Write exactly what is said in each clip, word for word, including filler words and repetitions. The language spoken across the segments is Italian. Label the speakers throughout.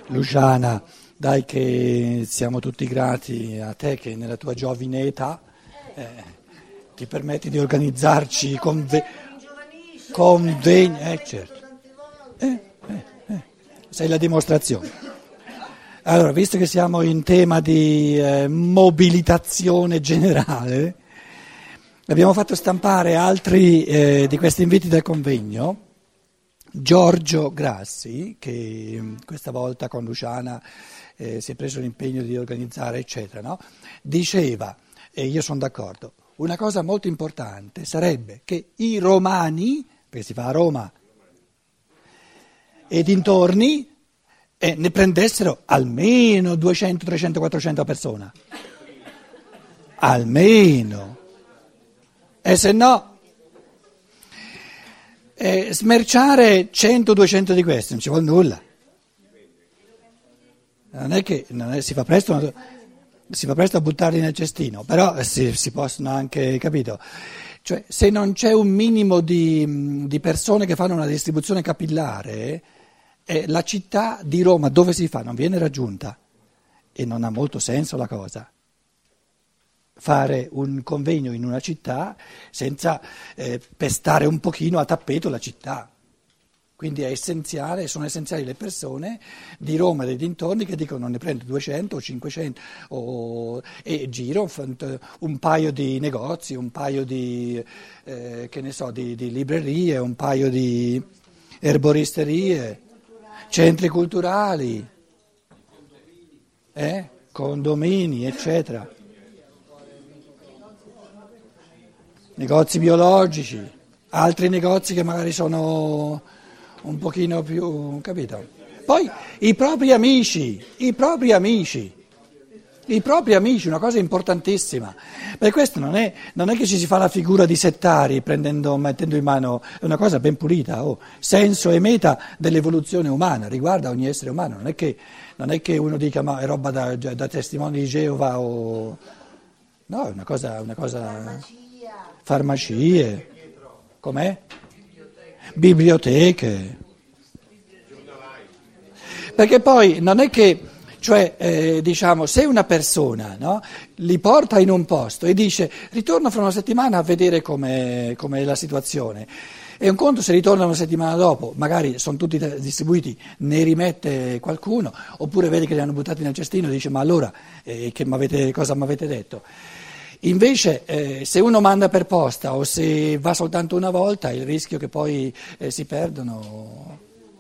Speaker 1: Luciana, dai che siamo tutti grati a te che nella tua giovine età eh, ti permetti di organizzarci conve- convegni, eh, certo. Eh, eh, eh. Sei la dimostrazione. Allora, visto che siamo in tema di eh, mobilitazione generale, abbiamo fatto stampare altri eh, di questi inviti del convegno. Giorgio Grassi, che questa volta con Luciana eh, si è preso l'impegno di organizzare, eccetera, no? Diceva, e io sono d'accordo, una cosa molto importante sarebbe che i romani, perché si fa a Roma e dintorni, eh, ne prendessero almeno duecento, trecento, quattrocento persone. Almeno. E se no... Eh, smerciare cento duecento di questi non ci vuole nulla, non è che non è, si, fa presto, si fa presto a buttarli nel cestino, però si, si possono anche, capito? Cioè, se non c'è un minimo di, di persone che fanno una distribuzione capillare, eh, la città di Roma dove si fa non viene raggiunta e non ha molto senso la cosa. Fare un convegno in una città senza eh, pestare un pochino a tappeto la città. Quindi è essenziale, sono essenziali le persone di Roma e dei dintorni che dicono ne prendo duecento o cinquecento o, e giro un paio di negozi, un paio di, eh, che ne so, di, di librerie, un paio di erboristerie, centri culturali, eh, condomini, eccetera. Negozi biologici, altri negozi che magari sono un pochino più, capito? Poi i propri amici, i propri amici, i propri amici, una cosa importantissima. Per questo non è, non è che ci si fa la figura di settari prendendo, mettendo in mano, è una cosa ben pulita, oh, senso e meta dell'evoluzione umana, riguarda ogni essere umano, non è che, non è che uno dica ma è roba da, da testimoni di Geova o... No, è una cosa... Una cosa farmacie, com'è? Biblioteche. Perché poi non è che, cioè, eh, diciamo, se una persona, no, li porta in un posto e dice ritorno fra una settimana a vedere com'è, com'è la situazione, e un conto se ritorna una settimana dopo, magari sono tutti distribuiti, ne rimette qualcuno, oppure vedi che li hanno buttati nel cestino e dice ma allora eh, che m'avete, cosa mi avete detto? Invece eh, se uno manda per posta o se va soltanto una volta, il rischio che poi eh, si perdono.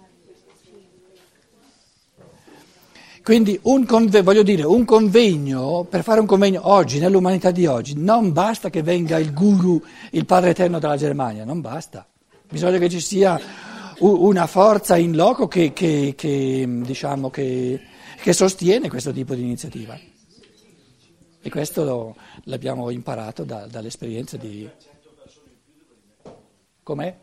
Speaker 1: Quindi un conve- voglio dire, un convegno, per fare un convegno oggi, nell'umanità di oggi, non basta che venga il guru, il padre eterno della Germania, non basta. Bisogna che ci sia u- una forza in loco che, che, che, diciamo, che, che sostiene questo tipo di iniziativa. E questo lo, l'abbiamo imparato da, dall'esperienza di... Com'è?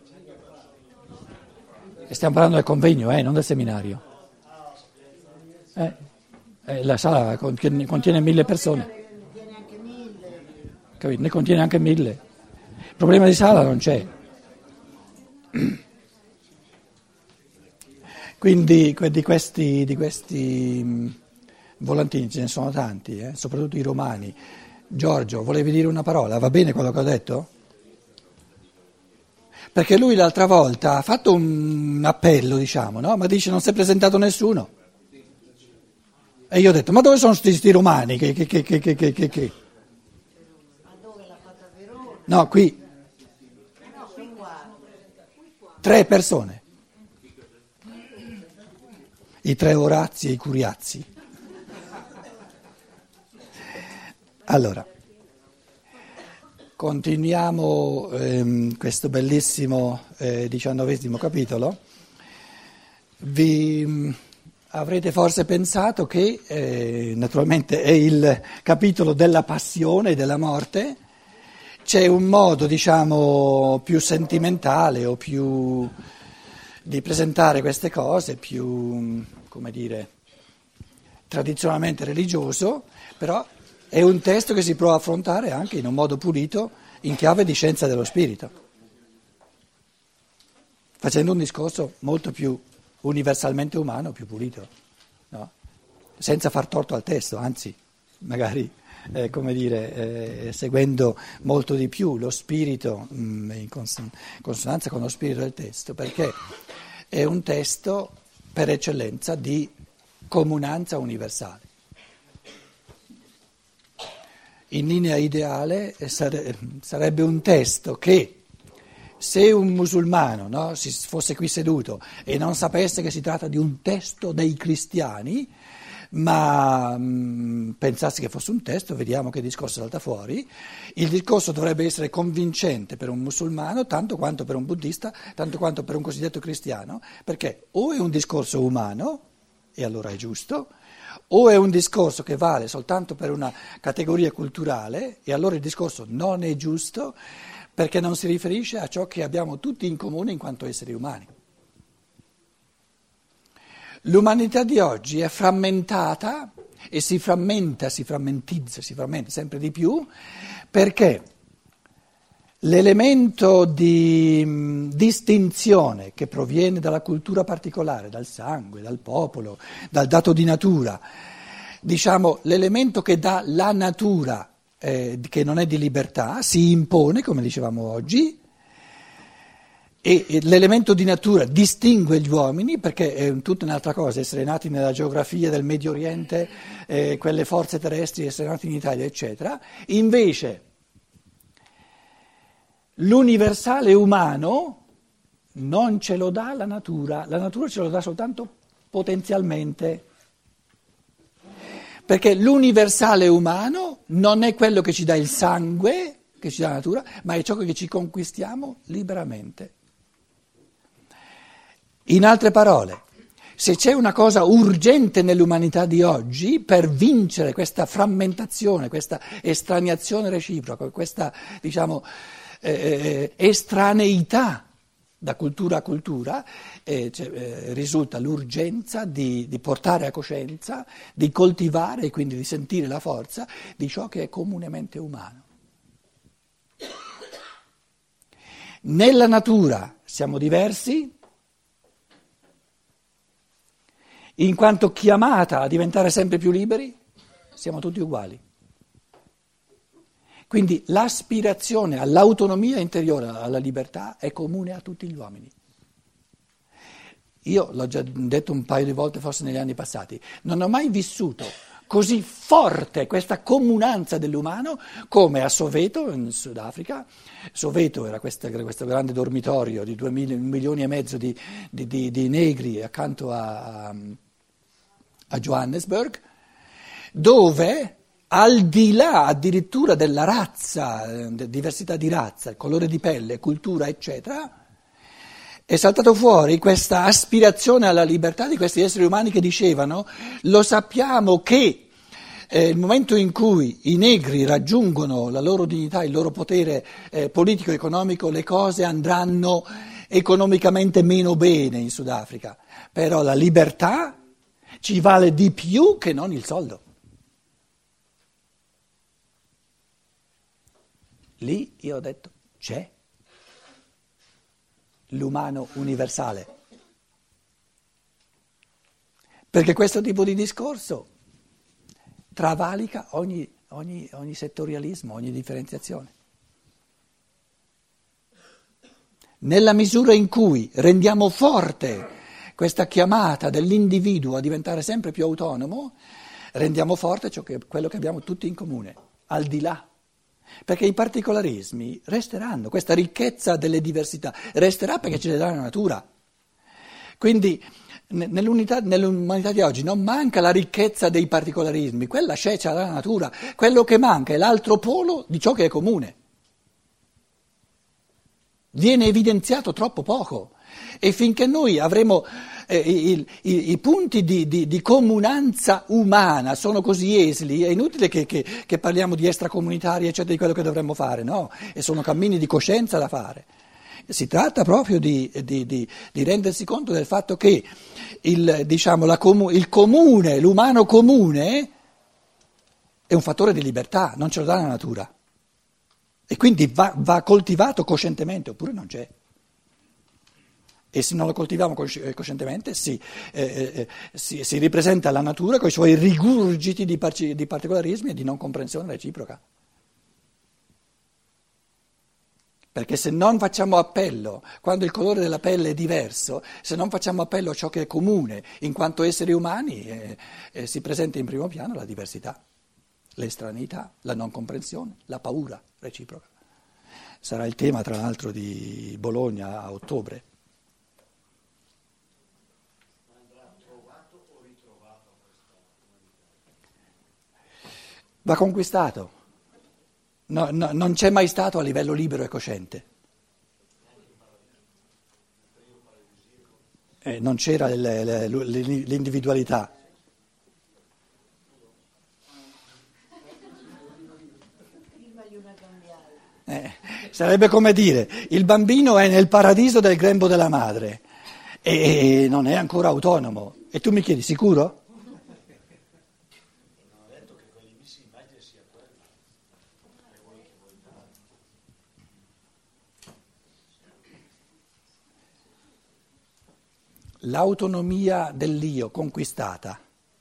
Speaker 1: E stiamo parlando del convegno, eh, non del seminario. Eh, eh, la sala contiene, contiene mille persone. Capito? Ne contiene anche mille. Il problema di sala non c'è. Quindi di questi... Di questi volantini ce ne sono tanti, eh? Soprattutto i romani. Giorgio, volevi dire una parola? Va bene quello che ho detto? Perché lui l'altra volta ha fatto un appello, diciamo, no? Ma dice non si è presentato nessuno. E io ho detto, ma dove sono questi romani? Che, che, che, che, che, che, che?
Speaker 2: Ma dove l'ha fatta a Verona?
Speaker 1: No, qui.
Speaker 2: No, qui qua.
Speaker 1: Tre persone. I tre Orazi e i Curiazzi. Allora, continuiamo ehm, questo bellissimo eh, diciannovesimo capitolo. Vi mh, avrete forse pensato che eh, naturalmente è il capitolo della passione e della morte. C'è un modo, diciamo, più sentimentale o più di presentare queste cose, più, come dire, tradizionalmente religioso, però è un testo che si prova a affrontare anche in un modo pulito, in chiave di scienza dello spirito, facendo un discorso molto più universalmente umano, più pulito. no? Senza far torto al testo, anzi, magari, eh, come dire, eh, seguendo molto di più lo spirito, mh, in conson- consonanza con lo spirito del testo, perché è un testo per eccellenza di comunanza universale. In linea ideale sare- sarebbe un testo che, se un musulmano, no, si fosse qui seduto e non sapesse che si tratta di un testo dei cristiani, ma mh, pensasse che fosse un testo, vediamo che discorso salta fuori. Il discorso dovrebbe essere convincente per un musulmano tanto quanto per un buddista, tanto quanto per un cosiddetto cristiano, perché o è un discorso umano, e allora è giusto, o è un discorso che vale soltanto per una categoria culturale, e allora il discorso non è giusto, perché non si riferisce a ciò che abbiamo tutti in comune in quanto esseri umani. L'umanità di oggi è frammentata e si frammenta, si frammentizza, si frammenta sempre di più, perché l'elemento di mh, distinzione che proviene dalla cultura particolare, dal sangue, dal popolo, dal dato di natura, diciamo l'elemento che dà la natura, eh, che non è di libertà, si impone, come dicevamo oggi, e l'elemento di natura distingue gli uomini, perché è tutta un'altra cosa essere nati nella geografia del Medio Oriente, eh, quelle forze terrestri, essere nati in Italia, eccetera. Invece l'universale umano non ce lo dà la natura, la natura ce lo dà soltanto potenzialmente, perché l'universale umano non è quello che ci dà il sangue, che ci dà la natura, ma è ciò che ci conquistiamo liberamente. In altre parole, se c'è una cosa urgente nell'umanità di oggi per vincere questa frammentazione, questa estraniazione reciproca, questa, diciamo, eh, estraneità da cultura a cultura, eh, cioè, eh, risulta l'urgenza di, di portare a coscienza, di coltivare e quindi di sentire la forza di ciò che è comunemente umano. Nella natura siamo diversi, in quanto chiamata a diventare sempre più liberi, siamo tutti uguali. Quindi l'aspirazione all'autonomia interiore, alla libertà, è comune a tutti gli uomini. Io l'ho già detto un paio di volte, forse negli anni passati, non ho mai vissuto così forte questa comunanza dell'umano come a Soweto, in Sudafrica. Soweto era questo, questo grande dormitorio di due milioni e mezzo di, di, di, di negri accanto a... a Johannesburg, dove al di là addirittura della razza, diversità di razza, colore di pelle, cultura, eccetera, è saltato fuori questa aspirazione alla libertà di questi esseri umani che dicevano: lo sappiamo che eh, il momento in cui i negri raggiungono la loro dignità, il loro potere eh, politico-economico, le cose andranno economicamente meno bene in Sudafrica, però la libertà ci vale di più che non il soldo. Lì io ho detto: c'è l'umano universale. Perché questo tipo di discorso travalica ogni, ogni, ogni settorialismo, ogni differenziazione. Nella misura in cui rendiamo forte questa chiamata dell'individuo a diventare sempre più autonomo, rendiamo forte ciò che, quello che abbiamo tutti in comune, al di là. Perché i particolarismi resteranno, questa ricchezza delle diversità resterà perché ce le dà la natura. Quindi nell'unità, nell'umanità di oggi non manca la ricchezza dei particolarismi, quella c'è, ce la dà la natura. Quello che manca è l'altro polo di ciò che è comune. Viene evidenziato troppo poco. E finché noi avremo eh, i, i, i punti di, di, di comunanza umana sono così esili, è inutile che, che, che parliamo di extracomunitari, eccetera, di quello che dovremmo fare, no? E sono cammini di coscienza da fare. Si tratta proprio di, di, di, di rendersi conto del fatto che il, diciamo, la comu- il comune, l'umano comune, è un fattore di libertà, non ce lo dà la natura. E quindi va, va coltivato coscientemente, oppure non c'è. E se non lo coltiviamo cosci- coscientemente, sì, eh, eh, si, si ripresenta la natura con i suoi rigurgiti di, parci- di particolarismi e di non comprensione reciproca. Perché se non facciamo appello, quando il colore della pelle è diverso, se non facciamo appello a ciò che è comune in quanto esseri umani, eh, eh, si presenta in primo piano la diversità, l'estraneità, la non comprensione, la paura reciproca. Sarà il tema, tra l'altro, di Bologna a ottobre. Va conquistato. No, no, non c'è mai stato a livello libero e cosciente. Eh, non c'era il- il- l'individualità.
Speaker 2: Prima di una cambiale.
Speaker 1: Eh, sarebbe come dire, il bambino è nel paradiso del grembo della madre e non è ancora autonomo. E tu mi chiedi, sicuro? L'autonomia dell'io conquistata.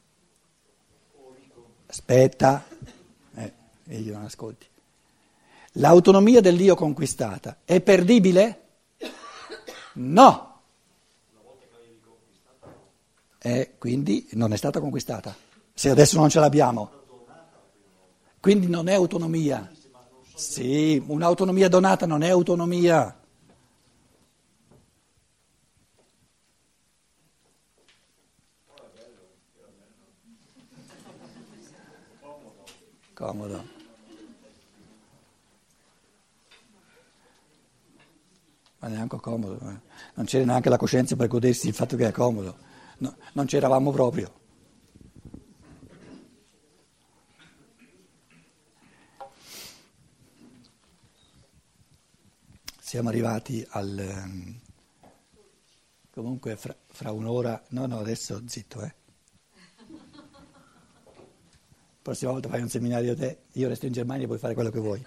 Speaker 1: Aspetta, eh, io non ascolti. L'autonomia dell'io conquistata è perdibile? No. E quindi non è stata conquistata. Se adesso non ce l'abbiamo. Quindi non è autonomia. Sì, un'autonomia donata non è autonomia. Comodo. Ma neanche comodo. eh. Non c'era neanche la coscienza per godersi il fatto che è comodo. No, non c'eravamo proprio. Siamo arrivati al... ehm, comunque fra, fra un'ora... No, no, adesso zitto, eh. La prossima volta fai un seminario te, io resto in Germania e puoi fare quello che vuoi.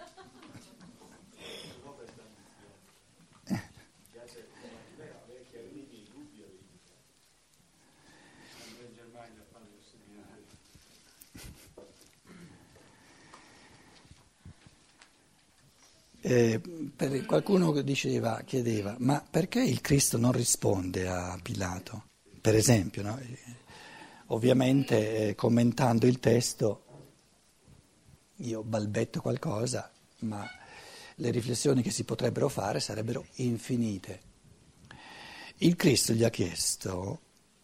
Speaker 1: Eh, per qualcuno diceva, chiedeva, ma perché il Cristo non risponde a Pilato? Per esempio, no? Eh, ovviamente eh, commentando il testo io balbetto qualcosa, ma le riflessioni che si potrebbero fare sarebbero infinite. Il Cristo gli ha chiesto,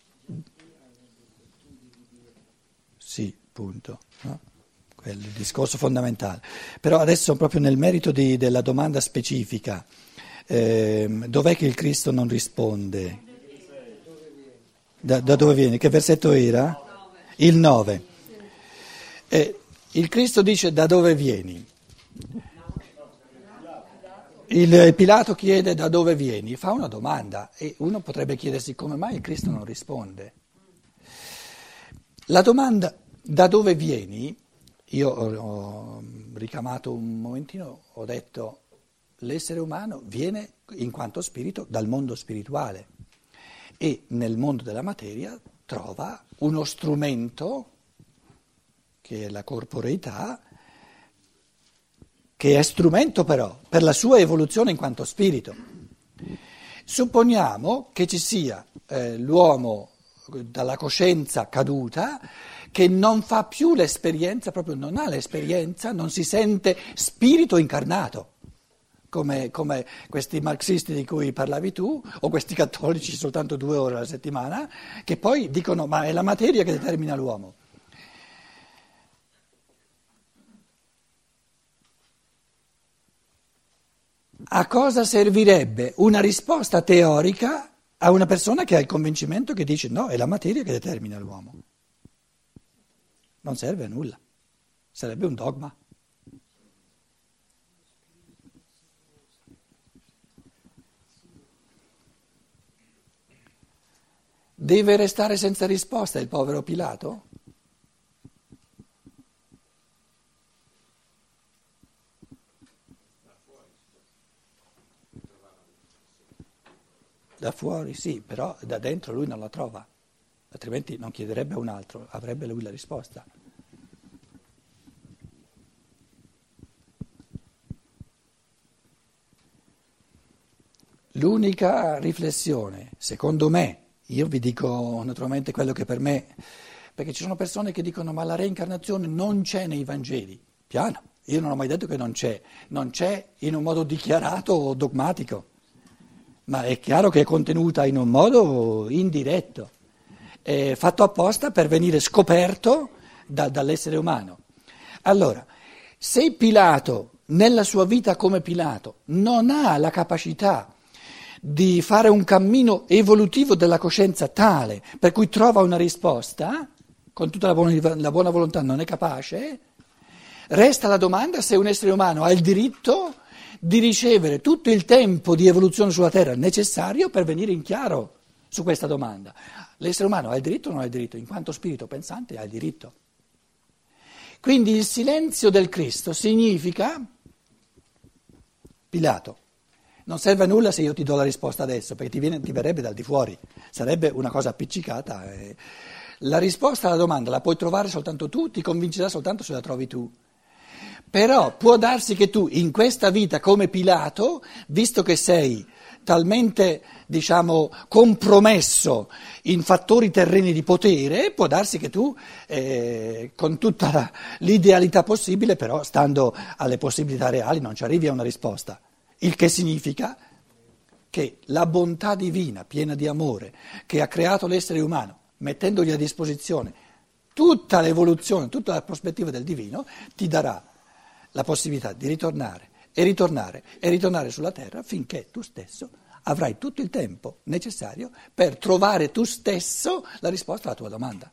Speaker 1: sì, punto, no? Quello è il discorso fondamentale. Però adesso proprio nel merito di- della domanda specifica, ehm, dov'è che il Cristo non risponde? Da, da dove viene? Che versetto era? Il nove. Eh, il Cristo dice da dove vieni? Il Pilato chiede da dove vieni, fa una domanda e uno potrebbe chiedersi come mai il Cristo non risponde. La domanda da dove vieni, io ho, ho ricamato un momentino, ho detto l'essere umano viene in quanto spirito dal mondo spirituale e nel mondo della materia trova uno strumento che è la corporeità, che è strumento però per la sua evoluzione in quanto spirito. Supponiamo che ci sia eh, l'uomo dalla coscienza caduta che non fa più l'esperienza, proprio non ha l'esperienza, non si sente spirito incarnato, come, come questi marxisti di cui parlavi tu, o questi cattolici soltanto due ore alla settimana, che poi dicono ma è la materia che determina l'uomo. A cosa servirebbe una risposta teorica a una persona che ha il convincimento che dice no, è la materia che determina l'uomo? Non serve a nulla, sarebbe un dogma. Deve restare senza risposta il povero Pilato? Da fuori sì, però da dentro lui non la trova, altrimenti non chiederebbe a un altro, avrebbe lui la risposta. L'unica riflessione, secondo me, io vi dico naturalmente quello che per me, perché ci sono persone che dicono ma la reincarnazione non c'è nei Vangeli. Piano, io non ho mai detto che non c'è, non c'è in un modo dichiarato o dogmatico, ma è chiaro che è contenuta in un modo indiretto, è fatto apposta per venire scoperto da- dall'essere umano. Allora, se Pilato, nella sua vita come Pilato, non ha la capacità di fare un cammino evolutivo della coscienza tale per cui trova una risposta, con tutta la buona, la buona volontà non è capace, resta la domanda se un essere umano ha il diritto di ricevere tutto il tempo di evoluzione sulla Terra necessario per venire in chiaro su questa domanda. L'essere umano ha il diritto o non ha il diritto? In quanto spirito pensante ha il diritto. Quindi il silenzio del Cristo significa, Pilato, non serve a nulla se io ti do la risposta adesso, perché ti, viene, ti verrebbe dal di fuori, sarebbe una cosa appiccicata. Eh. La risposta alla domanda la puoi trovare soltanto tu, ti convincerà soltanto se la trovi tu. Però può darsi che tu in questa vita come Pilato, visto che sei talmente, diciamo, compromesso in fattori terreni di potere, può darsi che tu, eh, con tutta la, l'idealità possibile, però stando alle possibilità reali, non ci arrivi a una risposta. Il che significa che la bontà divina, piena di amore, che ha creato l'essere umano, mettendogli a disposizione tutta l'evoluzione, tutta la prospettiva del divino, ti darà la possibilità di ritornare e ritornare e ritornare sulla terra finché tu stesso avrai tutto il tempo necessario per trovare tu stesso la risposta alla tua domanda.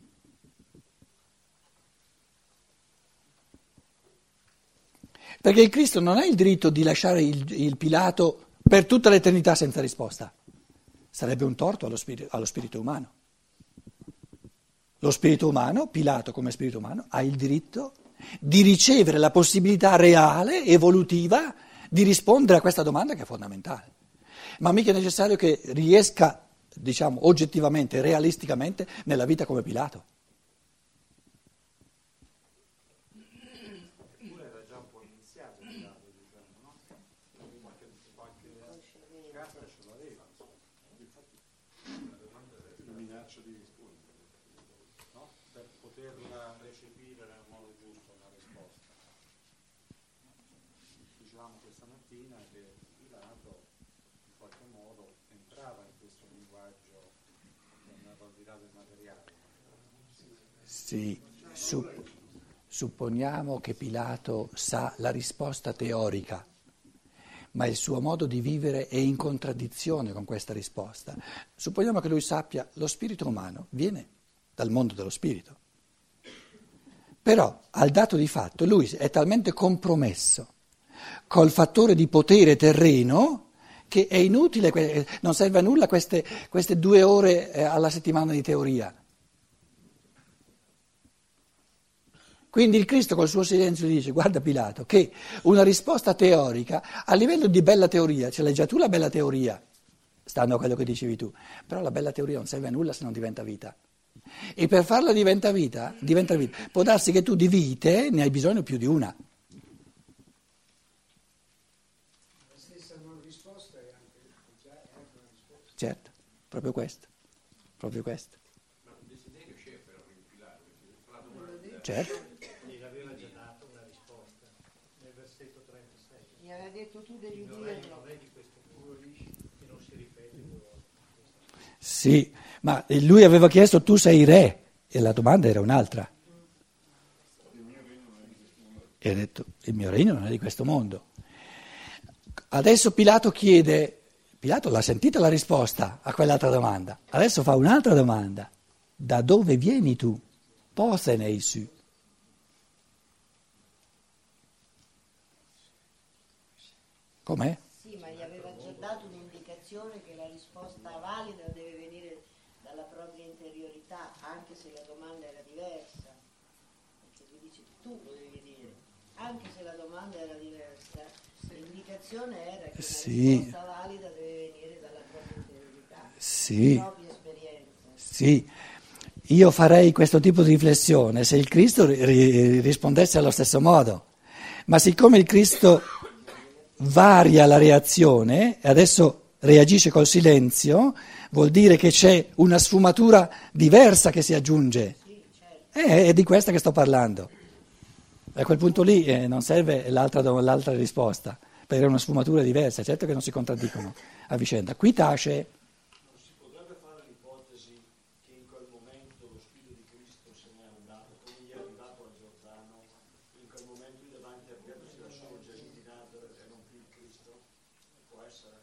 Speaker 1: Perché il Cristo non ha il diritto di lasciare il, il Pilato per tutta l'eternità senza risposta. Sarebbe un torto allo spirito, allo spirito umano. Lo spirito umano, Pilato come spirito umano, ha il diritto di ricevere la possibilità reale, evolutiva, di rispondere a questa domanda che è fondamentale. Ma mica è necessario che riesca, diciamo, oggettivamente, realisticamente, nella vita come Pilato.
Speaker 3: Eppure era già un po' iniziato Pilato, diciamo, no? Qualche, qualche carta ce l'aveva, infatti la minaccia di rispondere, no? Per poterla recepire nel modo giusto, la risposta. Dicevamo questa mattina che Pilato in qualche modo entrava in questo linguaggio che andava al di là del materiale.
Speaker 1: Sì, supp- supponiamo che Pilato sa la risposta teorica, ma il suo modo di vivere è in contraddizione con questa risposta. Supponiamo che lui sappia lo spirito umano viene dal mondo dello spirito. Però, al dato di fatto, lui è talmente compromesso col fattore di potere terreno che è inutile, non serve a nulla queste, queste due ore alla settimana di teoria. Quindi il Cristo col suo silenzio dice, guarda Pilato, che una risposta teorica, a livello di bella teoria, ce l'hai già tu la bella teoria, stando a quello che dicevi tu, però la bella teoria non serve a nulla se non diventa vita. E per farla diventa vita, diventa vita, può darsi che tu di vite ne hai bisogno più di una.
Speaker 4: La stessa non risposta è anche, già è anche una risposta.
Speaker 1: Certo, proprio questo, proprio questo.
Speaker 5: Ma il desiderio c'è però in Pilato, perché la domanda...
Speaker 1: Certo.
Speaker 4: Gliel'aveva già dato una risposta nel versetto trentasei.
Speaker 2: Gli aveva detto tu devi
Speaker 4: Il mio regno
Speaker 2: dirlo.
Speaker 4: non è di questo mondo che non si ripete due volte.
Speaker 1: Sì, ma lui aveva chiesto tu sei re e la domanda era un'altra. E ha detto il mio regno non è di questo mondo. Adesso Pilato chiede, Pilato l'ha sentita la risposta a quell'altra domanda, adesso fa un'altra domanda, da dove vieni tu? Posenei su. Com'è?
Speaker 2: Sì, ma gli aveva già dato un'indicazione che la risposta valida deve venire dalla propria interiorità, anche se la domanda era diversa. Perché lui dice tu lo devi dire, anche se la domanda era diversa, l'indicazione era che
Speaker 1: Sì.
Speaker 2: la risposta valida deve venire dalla propria interiorità.
Speaker 1: Sì,
Speaker 2: proprie esperienze.
Speaker 1: sì. Io farei questo tipo di riflessione se il Cristo ri- ri- rispondesse allo stesso modo, ma siccome il Cristo varia la reazione e adesso reagisce col silenzio, vuol dire che c'è una sfumatura diversa che si aggiunge. Eh, È di questa che sto parlando. A quel punto lì eh, non serve l'altra, do- l'altra risposta, perché è una sfumatura diversa, certo che non si contraddicono a vicenda. Qui tace.
Speaker 4: Non si potrebbe fare l'ipotesi che in quel momento lo Spirito di Cristo se n'è andato, come gli è arrivato a Giordano, in quel momento lì davanti a Pietro c'era solo Gesù di Nazareth e non più il Cristo? Può essere.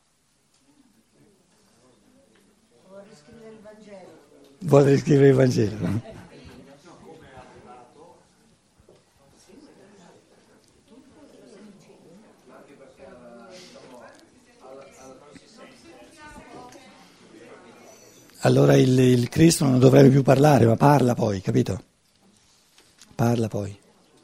Speaker 2: O riscrivere il Vangelo.
Speaker 1: Vuole scrivere il Vangelo. Allora il, il Cristo non dovrebbe più parlare, ma parla poi, capito? Parla poi.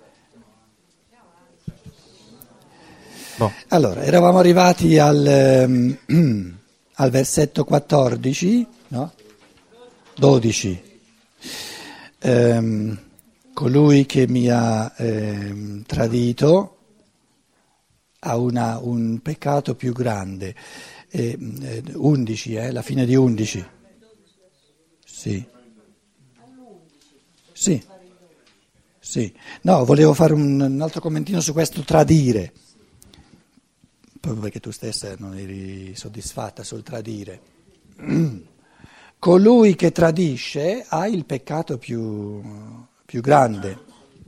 Speaker 6: Boh.
Speaker 1: Allora, eravamo arrivati al, ehm, al versetto quattordici, no? dodici. Ehm, colui che mi ha ehm, tradito ha una- un peccato più grande. Eh, eh, undici, eh, la fine di undici. Sì. Sì. Sì. No, volevo fare un, un altro commentino su questo tradire, proprio perché tu stessa non eri soddisfatta sul tradire. Colui che tradisce ha il peccato più, più grande.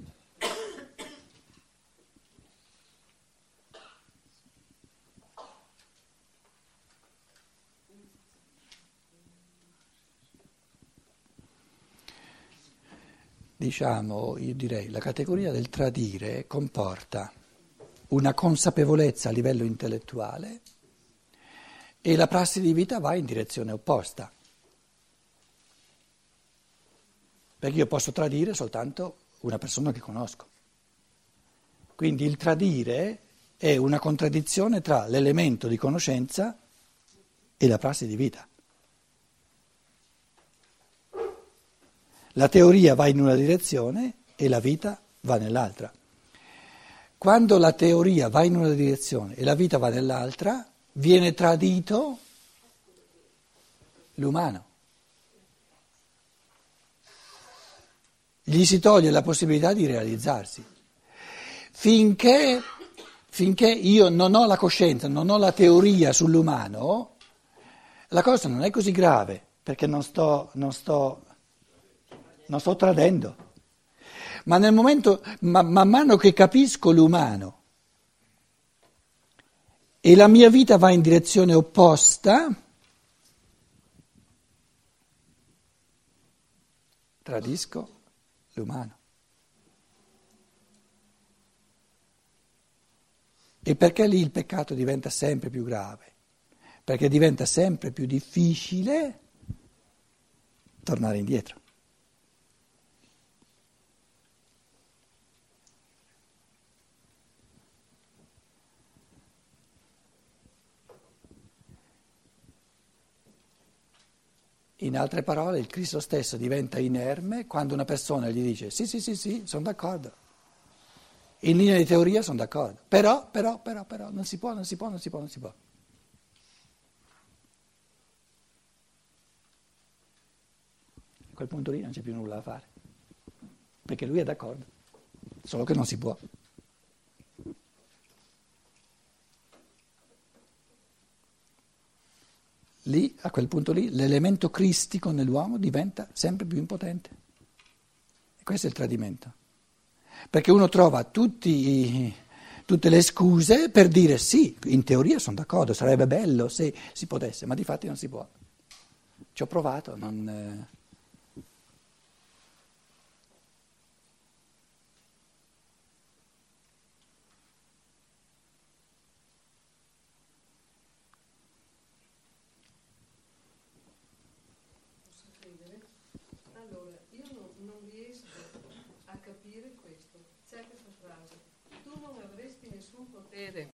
Speaker 1: Diciamo, io direi, la categoria del tradire comporta una consapevolezza a livello intellettuale e la prassi di vita va in direzione opposta. Perché io posso tradire soltanto una persona che conosco. Quindi il tradire è una contraddizione tra l'elemento di conoscenza e la prassi di vita. La teoria va in una direzione e la vita va nell'altra. Quando la teoria va in una direzione e la vita va nell'altra, viene tradito l'umano. Gli si toglie la possibilità di realizzarsi. Finché, finché io non ho la coscienza, non ho la teoria sull'umano, la cosa non è così grave, perché non sto, non sto, non sto tradendo. Ma nel momento, ma, man mano che capisco l'umano e la mia vita va in direzione opposta, tradisco l'umano. E perché lì il peccato diventa sempre più grave? Perché diventa sempre più difficile tornare indietro. In altre parole, il Cristo stesso diventa inerme quando una persona gli dice sì, sì, sì, sì, sono d'accordo. In linea di teoria sono d'accordo. Però, però, però, però, non si può, non si può, non si può, non si può. A quel punto lì non c'è più nulla da fare. Perché lui è d'accordo, solo che non si può. Lì, a quel punto lì, l'elemento cristico nell'uomo diventa sempre più impotente. E questo è il tradimento. Perché uno trova tutti, tutte le scuse per dire sì, in teoria sono d'accordo, sarebbe bello se si potesse, ma di fatti non si può. Ci ho provato, non...